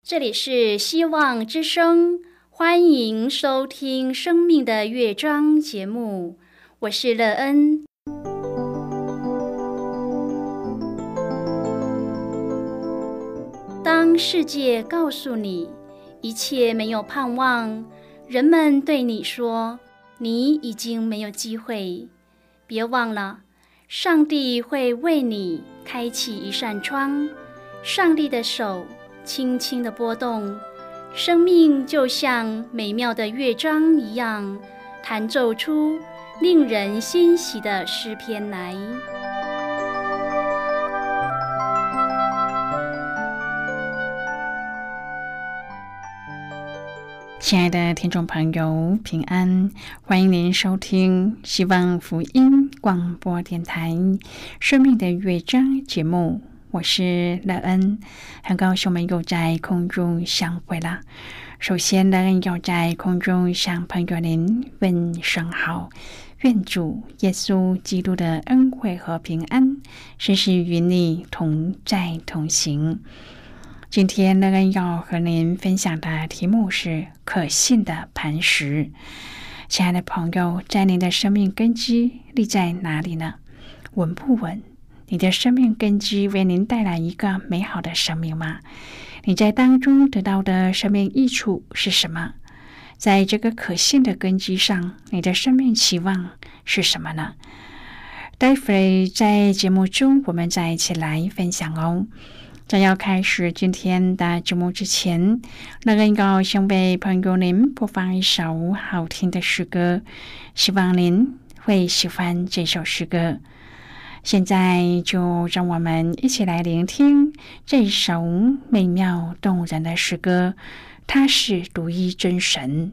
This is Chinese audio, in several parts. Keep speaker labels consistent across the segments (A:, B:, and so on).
A: 这里是希望之声，欢迎收听生命的乐章节目，我是乐恩。当世界告诉你一切没有盼望，人们对你说你已经没有机会，别忘了，上帝会为你开启一扇窗，上帝的手轻轻地拨动，生命就像美妙的乐章一样，弹奏出令人欣喜的诗篇来。
B: 亲爱的听众朋友，平安，欢迎您收听希望福音广播电台生命的乐章节目，我是乐恩，很高兴我们又在空中相会了。首先，乐恩要在空中向朋友您问声好，愿主耶稣基督的恩惠和平安时时与你同在同行。今天乐恩要和您分享的题目是可信的磐石。亲爱的朋友，在您的生命根基立在哪里呢？稳不稳？你的生命根基为您带来一个美好的生命吗？你在当中得到的生命益处是什么？在这个可信的根基上，你的生命期望是什么呢？待会在节目中我们再一起来分享哦。在要开始今天的节目之前，乐恩要先为朋友您播放一首好听的诗歌，希望您会喜欢这首诗歌。现在就让我们一起来聆听这首美妙动人的诗歌，它是独一真神。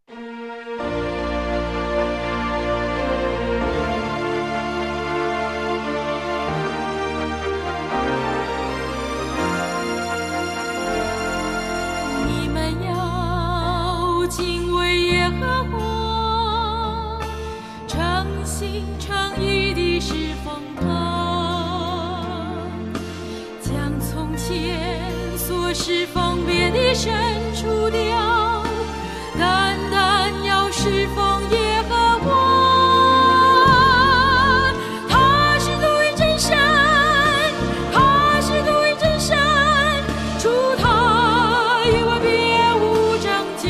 C: 是方便的删除掉，单单要侍奉耶和华。他是独一真神，他是独一真神，除他以外别无拯救。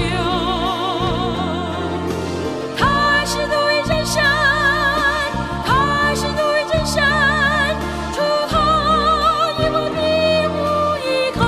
C: 他是独一真神，他是独一真神，除他以外别无依靠。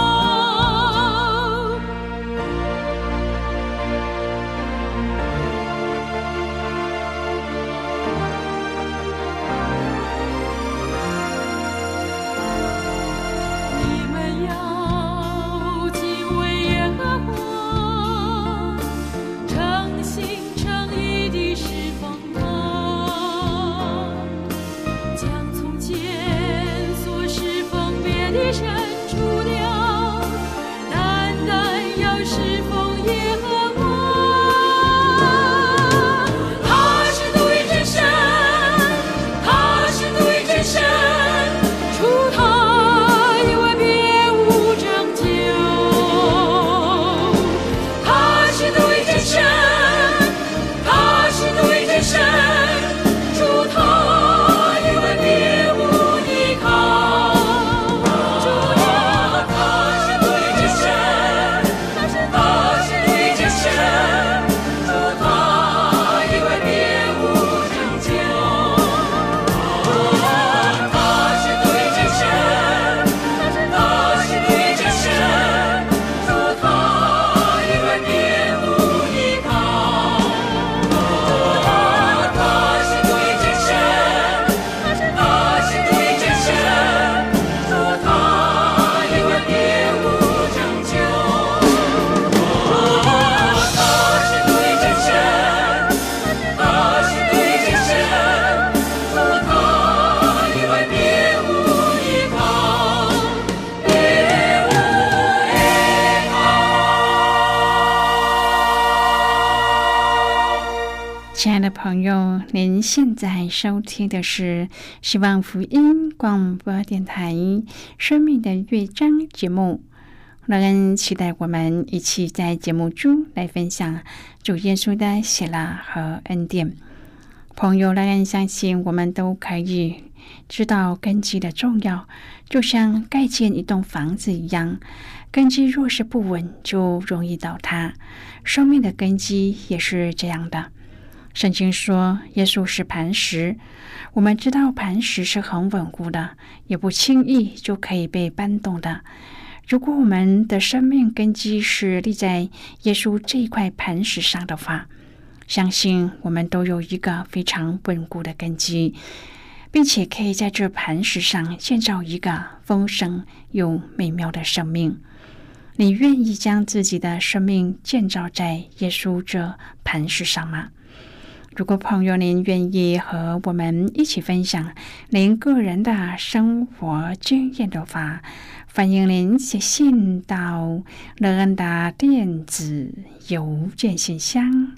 B: 亲爱的朋友，您现在收听的是希望福音广播电台生命的乐章节目， 乐恩期待我们一起在节目中来分享主耶稣的喜乐和恩典。朋友，乐恩相信我们都可以知道根基的重要，就像盖建一栋房子一样，根基若是不稳，就容易倒塌。生命的根基也是这样的。圣经说耶稣是磐石，我们知道磐石是很稳固的，也不轻易就可以被搬动的。如果我们的生命根基是立在耶稣这一块磐石上的话，相信我们都有一个非常稳固的根基，并且可以在这磐石上建造一个丰盛又美妙的生命。你愿意将自己的生命建造在耶稣这磐石上吗？如果朋友您愿意和我们一起分享您个人的生活经验的话，欢迎您写信到乐恩的电子邮件信箱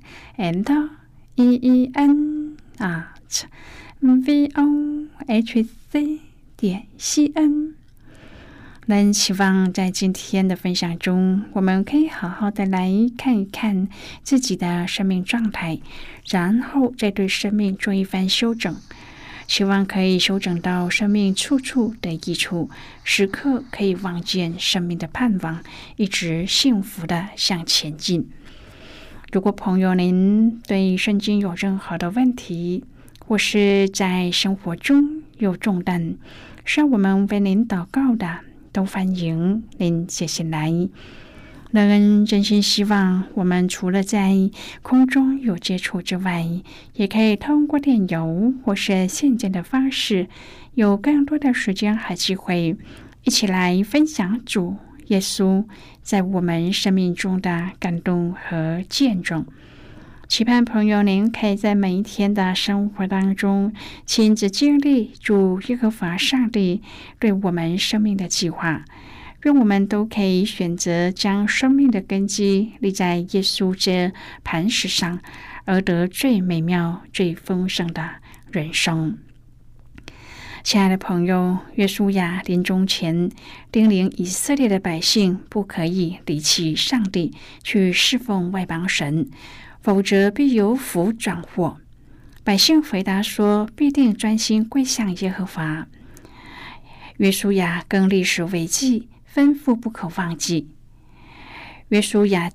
B: @leen@vohc.cn。能期望在今天的分享中，我们可以好好的来看一看自己的生命状态，然后再对生命做一番修整，希望可以修整到生命处处的益处，时刻可以望见生命的盼望，一直幸福的向前进。如果朋友您对圣经有任何的问题，或是在生活中有重担，需要我们为您祷告的，都欢迎您写信来。乐恩真心希望我们除了在空中有接触之外，也可以通过电邮或是信件的方式，有更多的时间和机会一起来分享主耶稣在我们生命中的感动和见证。期盼朋友您可以在每一天的生活当中亲自经历主耶和华上帝对我们生命的计划。愿我们都可以选择将生命的根基立在耶稣这磐石上，而得最美妙最丰盛的人生。亲爱的朋友，约书亚临终前叮咛以色列的百姓不可以离弃上帝去侍奉外邦神，否则必有福转祸。百姓回答说，必定专心归向耶和华。约书亚更历史为记，吩咐不可忘记。约书亚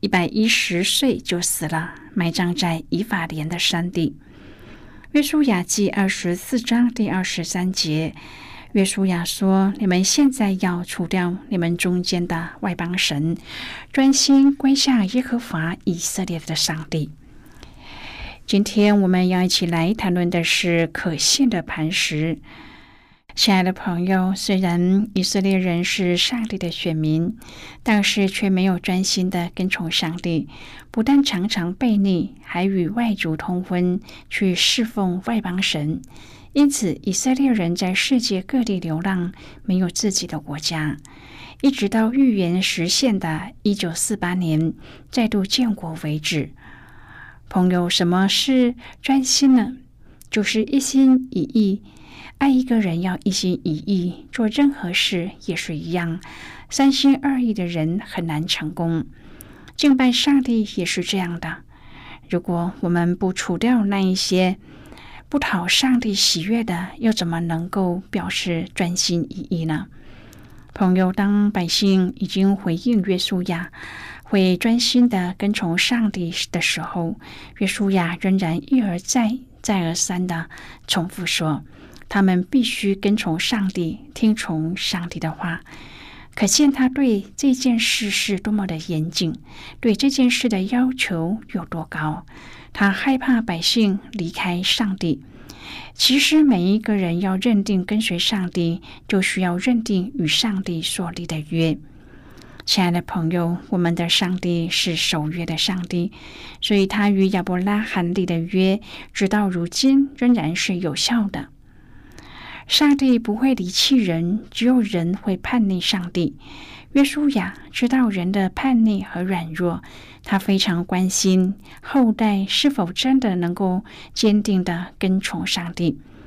B: 110岁就死了，埋葬在以法莲的山地。约书亚记24章第23节，约书亚说，你们现在要除掉你们中间的外邦神，专心归向耶和华以色列的上帝。今天我们要一起来谈论的是可信的磐石。亲爱的朋友，虽然以色列人是上帝的选民，但是却没有专心的跟从上帝，不但常常悖逆，还与外族通婚，去侍奉外邦神。因此以色列人在世界各地流浪，没有自己的国家，一直到预言实现的1948年再度建国为止。朋友，什么是专心呢？就是一心一意。爱一个人要一心一意，做任何事也是一样。三心二意的人很难成功。敬拜上帝也是这样的。如果我们不除掉那一些不讨上帝喜悦的，又怎么能够表示专心一意呢？朋友，当百姓已经回应约书亚会专心的跟从上帝的时候，约书亚仍然一而再再而三的重复说，他们必须跟从上帝，听从上帝的话。可见他对这件事是多么的严谨，对这件事的要求有多高。他害怕百姓离开上帝。其实每一个人要认定跟随上帝，就需要认定与上帝所立的约。亲爱的朋友，我们的上帝是守约的上帝，所以他与亚伯拉罕立的约，直到如今仍然是有效的。上帝不会离弃人，只有人会叛逆上帝。约书亚知道人的叛逆和软弱，他非常关心后代是否真的能够坚定地跟从上帝。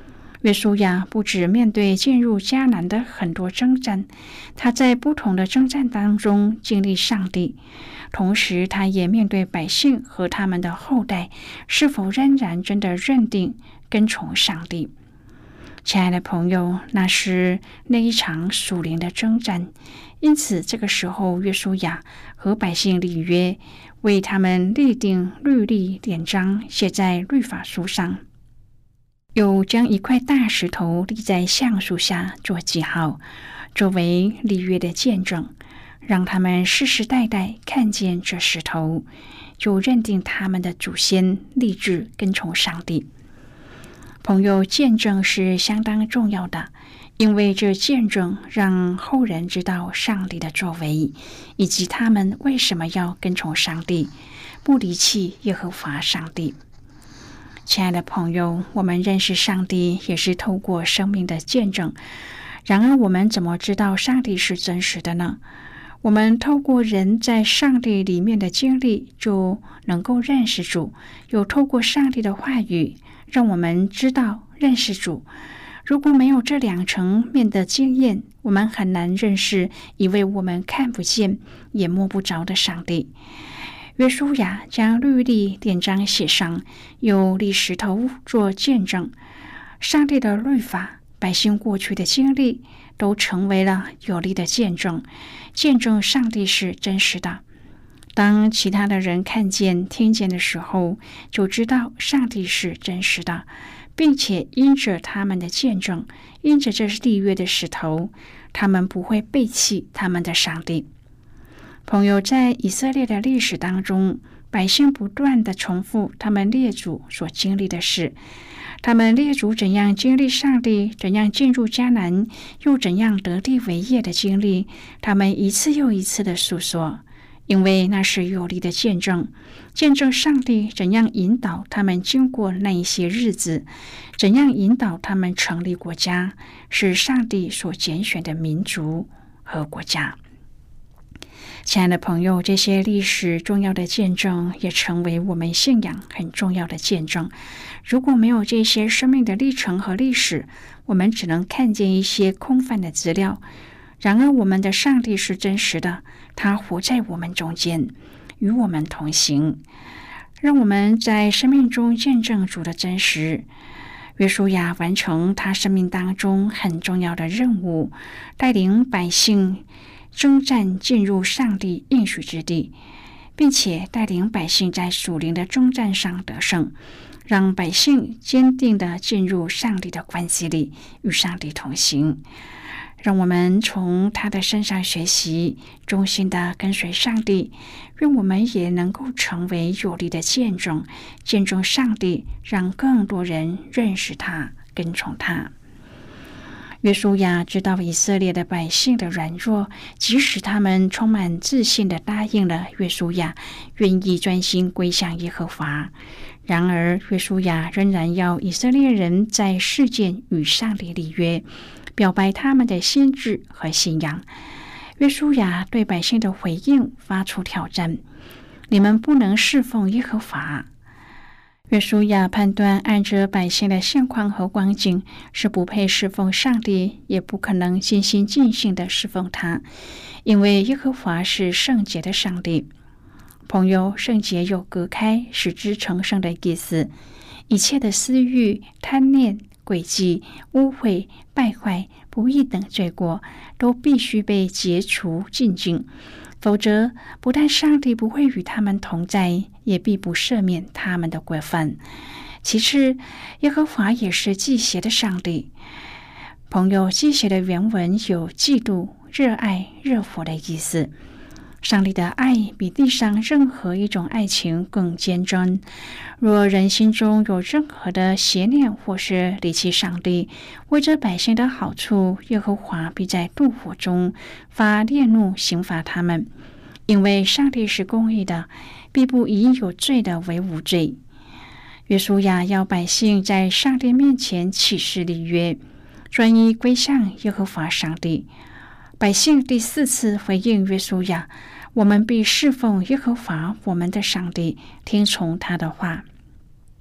B: 约书亚不只面对进入迦南的很多征战，他在不同的征战当中经历上帝，同时他也面对百姓和他们的后代是否仍然真的认定跟从上帝。亲爱的朋友，那是那一场属灵的征战，因此这个时候约书亚和百姓立约，为他们立定律例典章，写在律法书上，又将一块大石头立在橡树下做记号，作为立约的见证，让他们世世代代看见这石头，就认定他们的祖先立志跟从上帝。朋友，见证是相当重要的，因为这见证让后人知道上帝的作为，以及他们为什么要跟从上帝，不离弃耶和华上帝。亲爱的朋友，我们认识上帝也是透过生命的见证。然而我们怎么知道上帝是真实的呢？我们透过人在上帝里面的经历就能够认识主，有透过上帝的话语让我们知道认识主。如果没有这两层面的经验，我们很难认识一位我们看不见也摸不着的上帝。约书亚将律例典章写上，又立石头做见证。上帝的律法，百姓过去的经历都成为了有力的见证，见证上帝是真实的。当其他的人看见听见的时候，就知道上帝是真实的，并且因着他们的见证，因着这是立约的石头，他们不会背弃他们的上帝。朋友，在以色列的历史当中，百姓不断地重复他们列祖所经历的事，他们列祖怎样经历上帝，怎样进入迦南，又怎样得地为业的经历，他们一次又一次的诉说，因为那是有力的见证，见证上帝怎样引导他们经过那一些日子，怎样引导他们成立国家，是上帝所拣选的民族和国家。亲爱的朋友，这些历史重要的见证也成为我们信仰很重要的见证。如果没有这些生命的历程和历史，我们只能看见一些空泛的资料。然而我们的上帝是真实的，他活在我们中间，与我们同行，让我们在生命中见证主的真实。约书亚完成他生命当中很重要的任务，带领百姓征战进入上帝应许之地，并且带领百姓在属灵的征战上得胜，让百姓坚定地进入上帝的关系里，与上帝同行。让我们从他的身上学习，忠心地跟随上帝。愿我们也能够成为有力的见证，见证上帝，让更多人认识他，跟从他。约书亚知道以色列的百姓的软弱，即使他们充满自信地答应了约书亚，愿意专心归向耶和华。然而约书亚仍然要以色列人在事件与上帝立约，表白他们的心志和信仰。约书亚对百姓的回应发出挑战：你们不能侍奉耶和华。约书亚判断，按着百姓的现况和光景，是不配侍奉上帝，也不可能尽心尽性地侍奉他，因为耶和华是圣洁的上帝。朋友，圣洁有隔开、使之成圣的意思。一切的私欲、贪念、诡计、污秽、败坏、不义等罪过，都必须被解除净尽，否则不但上帝不会与他们同在，也必不赦免他们的过犯。其次，耶和华也是忌邪的上帝。朋友，忌邪的原文有嫉妒、热爱、热火的意思。上帝的爱比地上任何一种爱情更坚贞。若人心中有任何的邪念或是离弃上帝，为着百姓的好处，耶和华必在怒火中发烈怒刑罚他们，因为上帝是公义的，必不以有罪的为无罪。约书亚要百姓在上帝面前起誓立约，专一归向耶和华上帝。百姓第4次回应约书亚：我们必侍奉耶和华我们的上帝，听从他的话。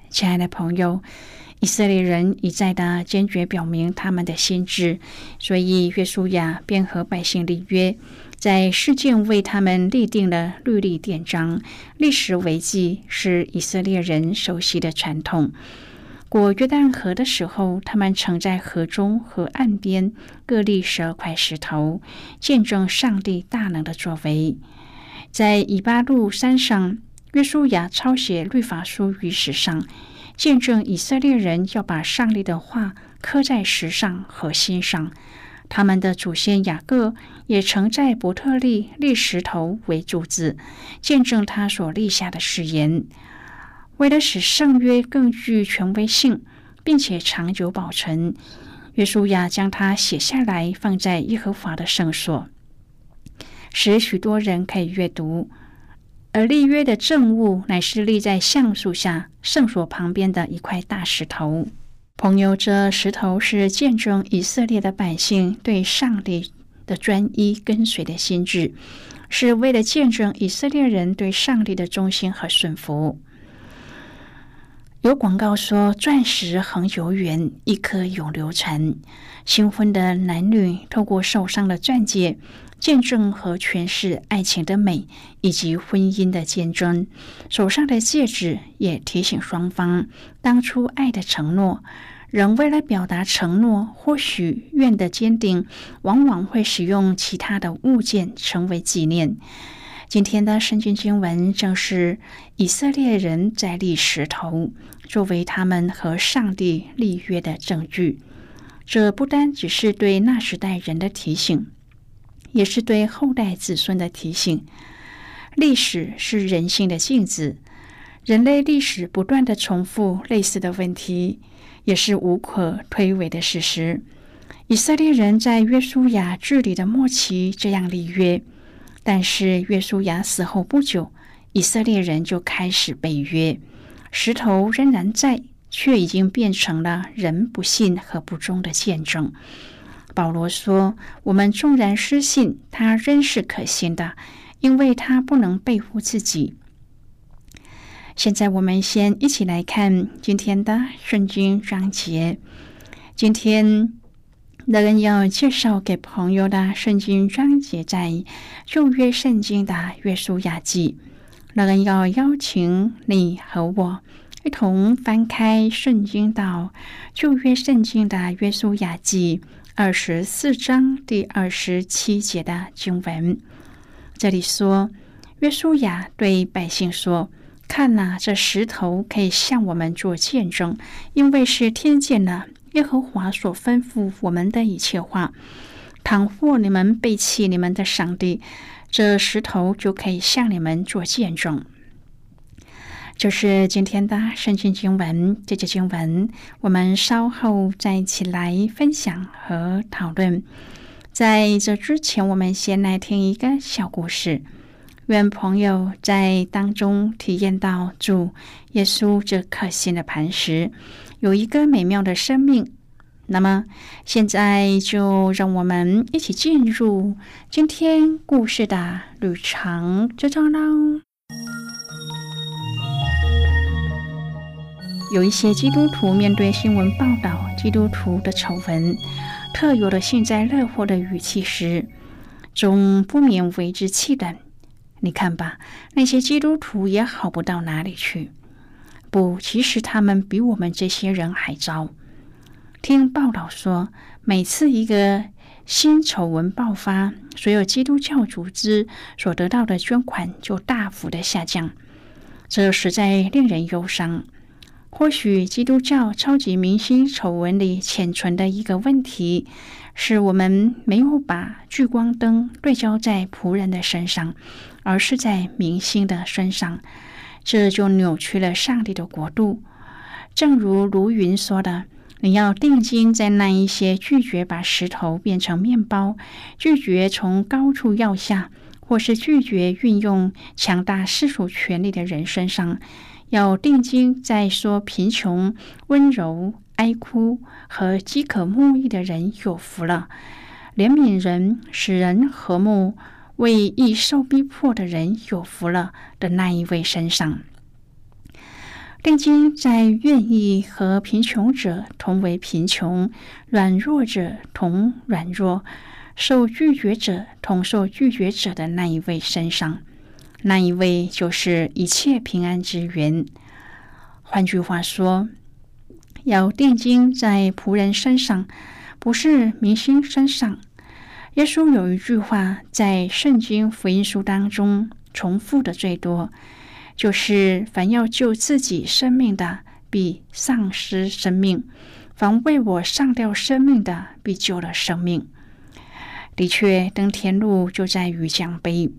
B: 亲爱的朋友，以色列人一再的坚决表明他们的心志，所以约书亚便和百姓立约，在示剑为他们立定了律例典章，历史为记，是以色列人熟悉的传统。过约旦河的时候，他们曾在河中和岸边各立12块石头，见证上帝大能的作为。在以巴路山上，约书亚抄写律法书于石上，见证以色列人要把上帝的话刻在石上和心上。他们的祖先雅各也曾在伯特利立石头为柱子，见证他所立下的誓言。为了使圣约更具权威性，并且长久保存，约书亚将它写下来，放在耶和华的圣所，使许多人可以阅读。而立约的证物乃是立在橡树下圣所旁边的一块大石头。朋友，这石头是见证以色列的百姓对上帝的专一跟随的心志，是为了见证以色列人对上帝的忠心和顺服。有广告说，钻石恒久远，一颗永流传。新婚的男女透过手上的钻戒，见证和诠释爱情的美以及婚姻的见证。手上的戒指也提醒双方当初爱的承诺。人为了表达承诺或许愿的坚定，往往会使用其他的物件成为纪念。今天的圣经经文正是以色列人在立石头，作为他们和上帝立约的证据。这不单只是对那时代人的提醒，也是对后代子孙的提醒。历史是人性的镜子，人类历史不断的重复类似的问题，也是无可推诿的事实。以色列人在约书亚治理的末期这样立约，但是约书亚死后不久，以色列人就开始背约，石头仍然在，却已经变成了人不信和不忠的见证。保罗说，我们纵然失信，他仍是可信的，因为他不能背负自己。现在我们先一起来看今天的圣经章节。今天乐恩要介绍给朋友的圣经章节在旧约圣经的约书亚记。乐恩要邀请你和我一同翻开圣经到旧约圣经的约书亚记24章第27节的经文。这里说，约书亚对百姓说，看哪，这石头可以向我们做见证，因为是听见了耶和华所吩咐我们的一切话。倘或你们背弃你们的上帝，这石头就可以向你们做见证。这是今天的圣经经文，这节经文我们稍后再一起来分享和讨论。在这之前，我们先来听一个小故事，愿朋友在当中体验到主耶稣这可信的磐石，有一个美妙的生命。那么现在就让我们一起进入今天故事的旅程之中喽。有一些基督徒面对新闻报道基督徒的丑闻，特有的幸灾乐祸的语气时，总不免为之气短。你看吧，那些基督徒也好不到哪里去。不，其实他们比我们这些人还糟。听报道说，每次一个新丑闻爆发，所有基督教组织所得到的捐款就大幅的下降，这实在令人忧伤。或许基督教超级明星丑闻里潜存的一个问题，是我们没有把聚光灯对焦在仆人的身上，而是在明星的身上，这就扭曲了上帝的国度。正如卢云说的，你要定睛在那一些拒绝把石头变成面包，拒绝从高处要下，或是拒绝运用强大世俗权力的人身上，要定睛在说贫穷、温柔、哀哭和饥渴慕义的人有福了，怜悯人、使人和睦、为义受逼迫的人有福了的那一位身上。 定睛在愿意和贫穷者同为贫穷，软弱者同软弱，受拒绝者同受拒绝者的那一位身上。那一位就是一切平安之源。换句话说，要定睛在仆人身上，不是明星身上。耶稣有一句话在圣经福音书当中重复的最多，就是凡要救自己生命的，必丧失生命；凡为我上吊生命的，必救了生命。的确，登天路就在于奖杯。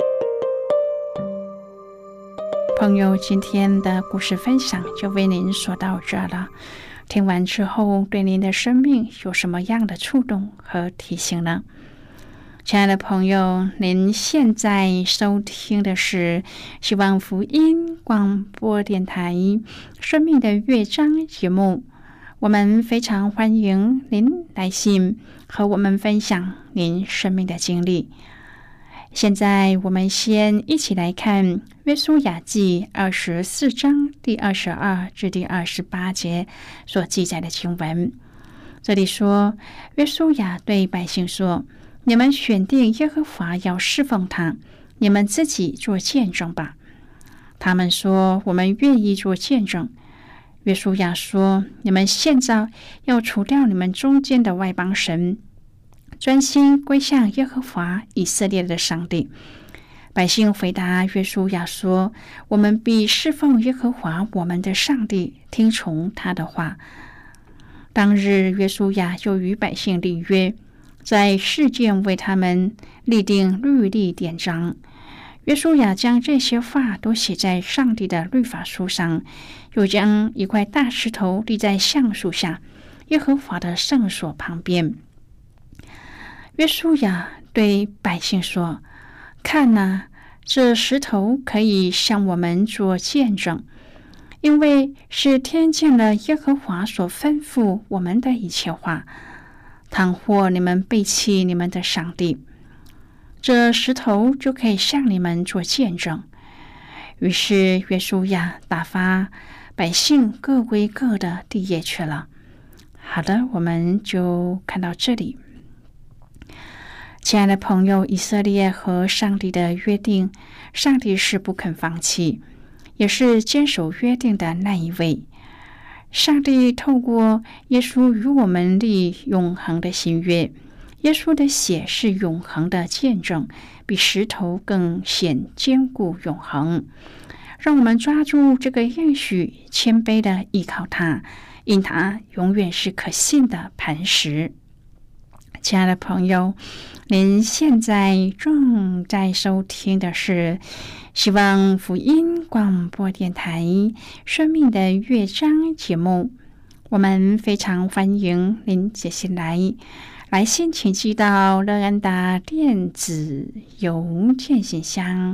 B: 朋友，今天的故事分享就为您说到这了。听完之后，对您的生命有什么样的触动和提醒呢？亲爱的朋友，您现在收听的是希望福音广播电台《生命的乐章》节目。我们非常欢迎您来信和我们分享您生命的经历。现在我们先一起来看约书亚记24章第22至第28节所记载的经文。这里说，约书亚对百姓说，你们选定耶和华要侍奉他，你们自己做见证吧。他们说，我们愿意做见证。约书亚说，你们现在要除掉你们中间的外邦神，专心归向耶和华以色列的上帝。百姓回答约书亚说，我们必侍奉耶和华我们的上帝，听从他的话。当日约书亚就与百姓立约，在示剑为他们立定律例典章。约书亚将这些话都写在上帝的律法书上，又将一块大石头立在橡树下，耶和华的圣所旁边。约书亚对百姓说，看哪，这石头可以向我们做见证，因为是听见了耶和华所吩咐我们的一切话。倘或你们背弃你们的上帝，这石头就可以向你们做见证。于是约书亚打发百姓各归各的地业去了。好的，我们就看到这里。亲爱的朋友，以色列和上帝的约定，上帝是不肯放弃，也是坚守约定的那一位。上帝透过耶稣与我们立永恒的新约，耶稣的血是永恒的见证，比石头更显坚固永恒。让我们抓住这个应许，谦卑的依靠他，因他永远是可信的磐石。亲爱的朋友，您现在正在收听的是希望福音广播电台《生命的乐章》节目。我们非常欢迎您写信来信请寄到乐安达电子邮件信箱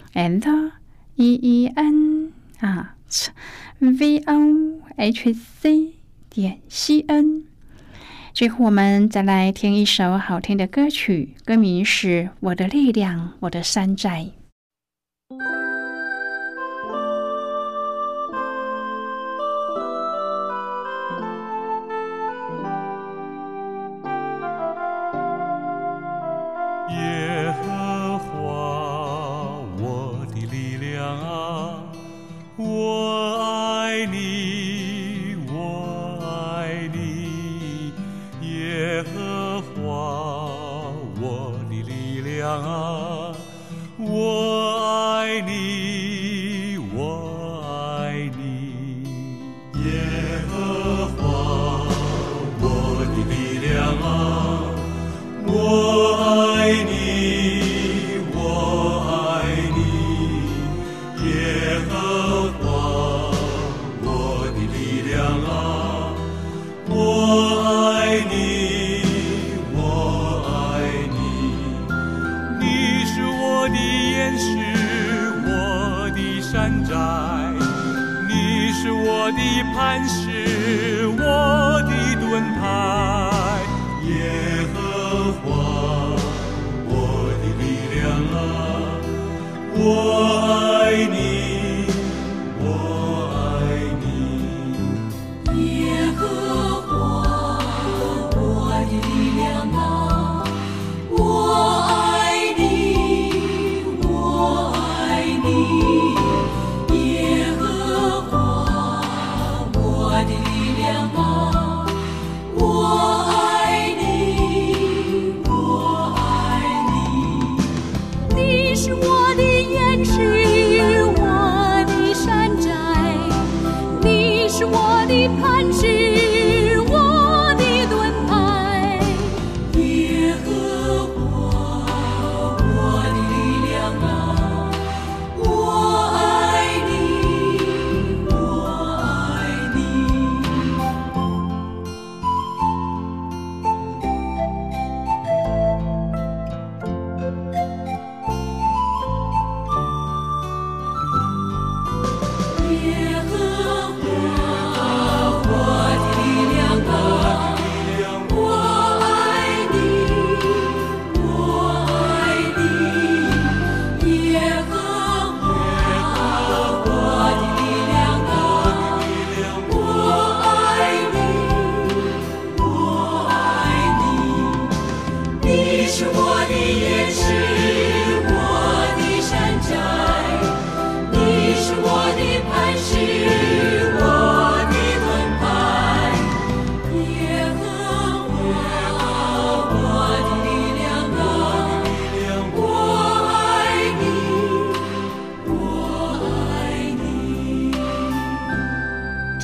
B: LEEN@vohc.cn。最后我们再来听一首好听的歌曲，歌名是《我的力量，我的山寨》。
D: 耶和华我的力量啊，我爱你，我爱你。耶和华我的力量啊，我爱你，我爱你。耶和华我的力量啊，我爱你，我爱你。耶和华我的力量啊，我爱你，我爱你。你是我的岩石，我的山寨，你是我的磐石，我的盾牌。耶和华我的力量啊，我爱你，我爱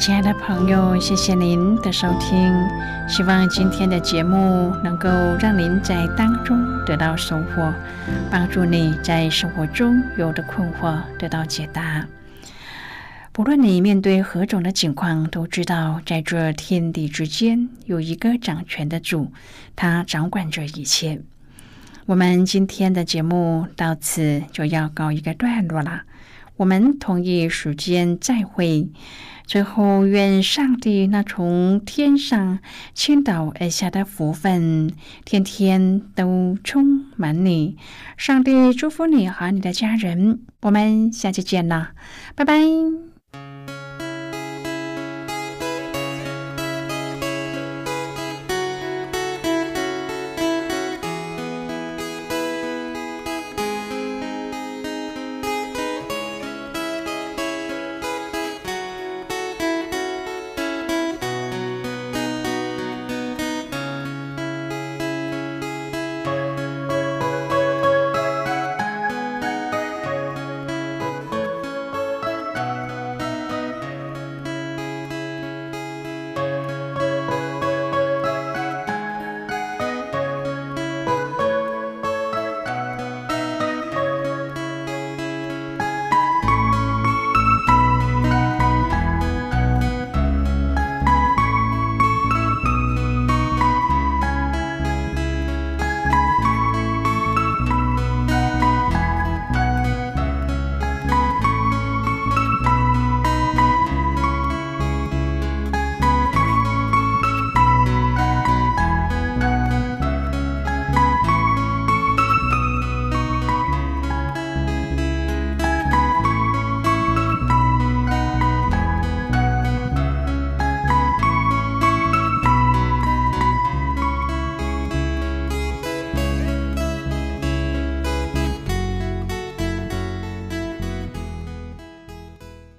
B: 亲爱的朋友，谢谢您的收听，希望今天的节目能够让您在当中得到收获，帮助你在生活中有的困惑得到解答。不论你面对何种的情况，都知道在这天地之间有一个掌权的主，他掌管着一切。我们今天的节目到此就要告一个段落了，我们同一时间再会。最后，愿上帝那从天上倾倒而下的福分，天天都充满你。上帝祝福你和你的家人，我们下期见了，拜拜。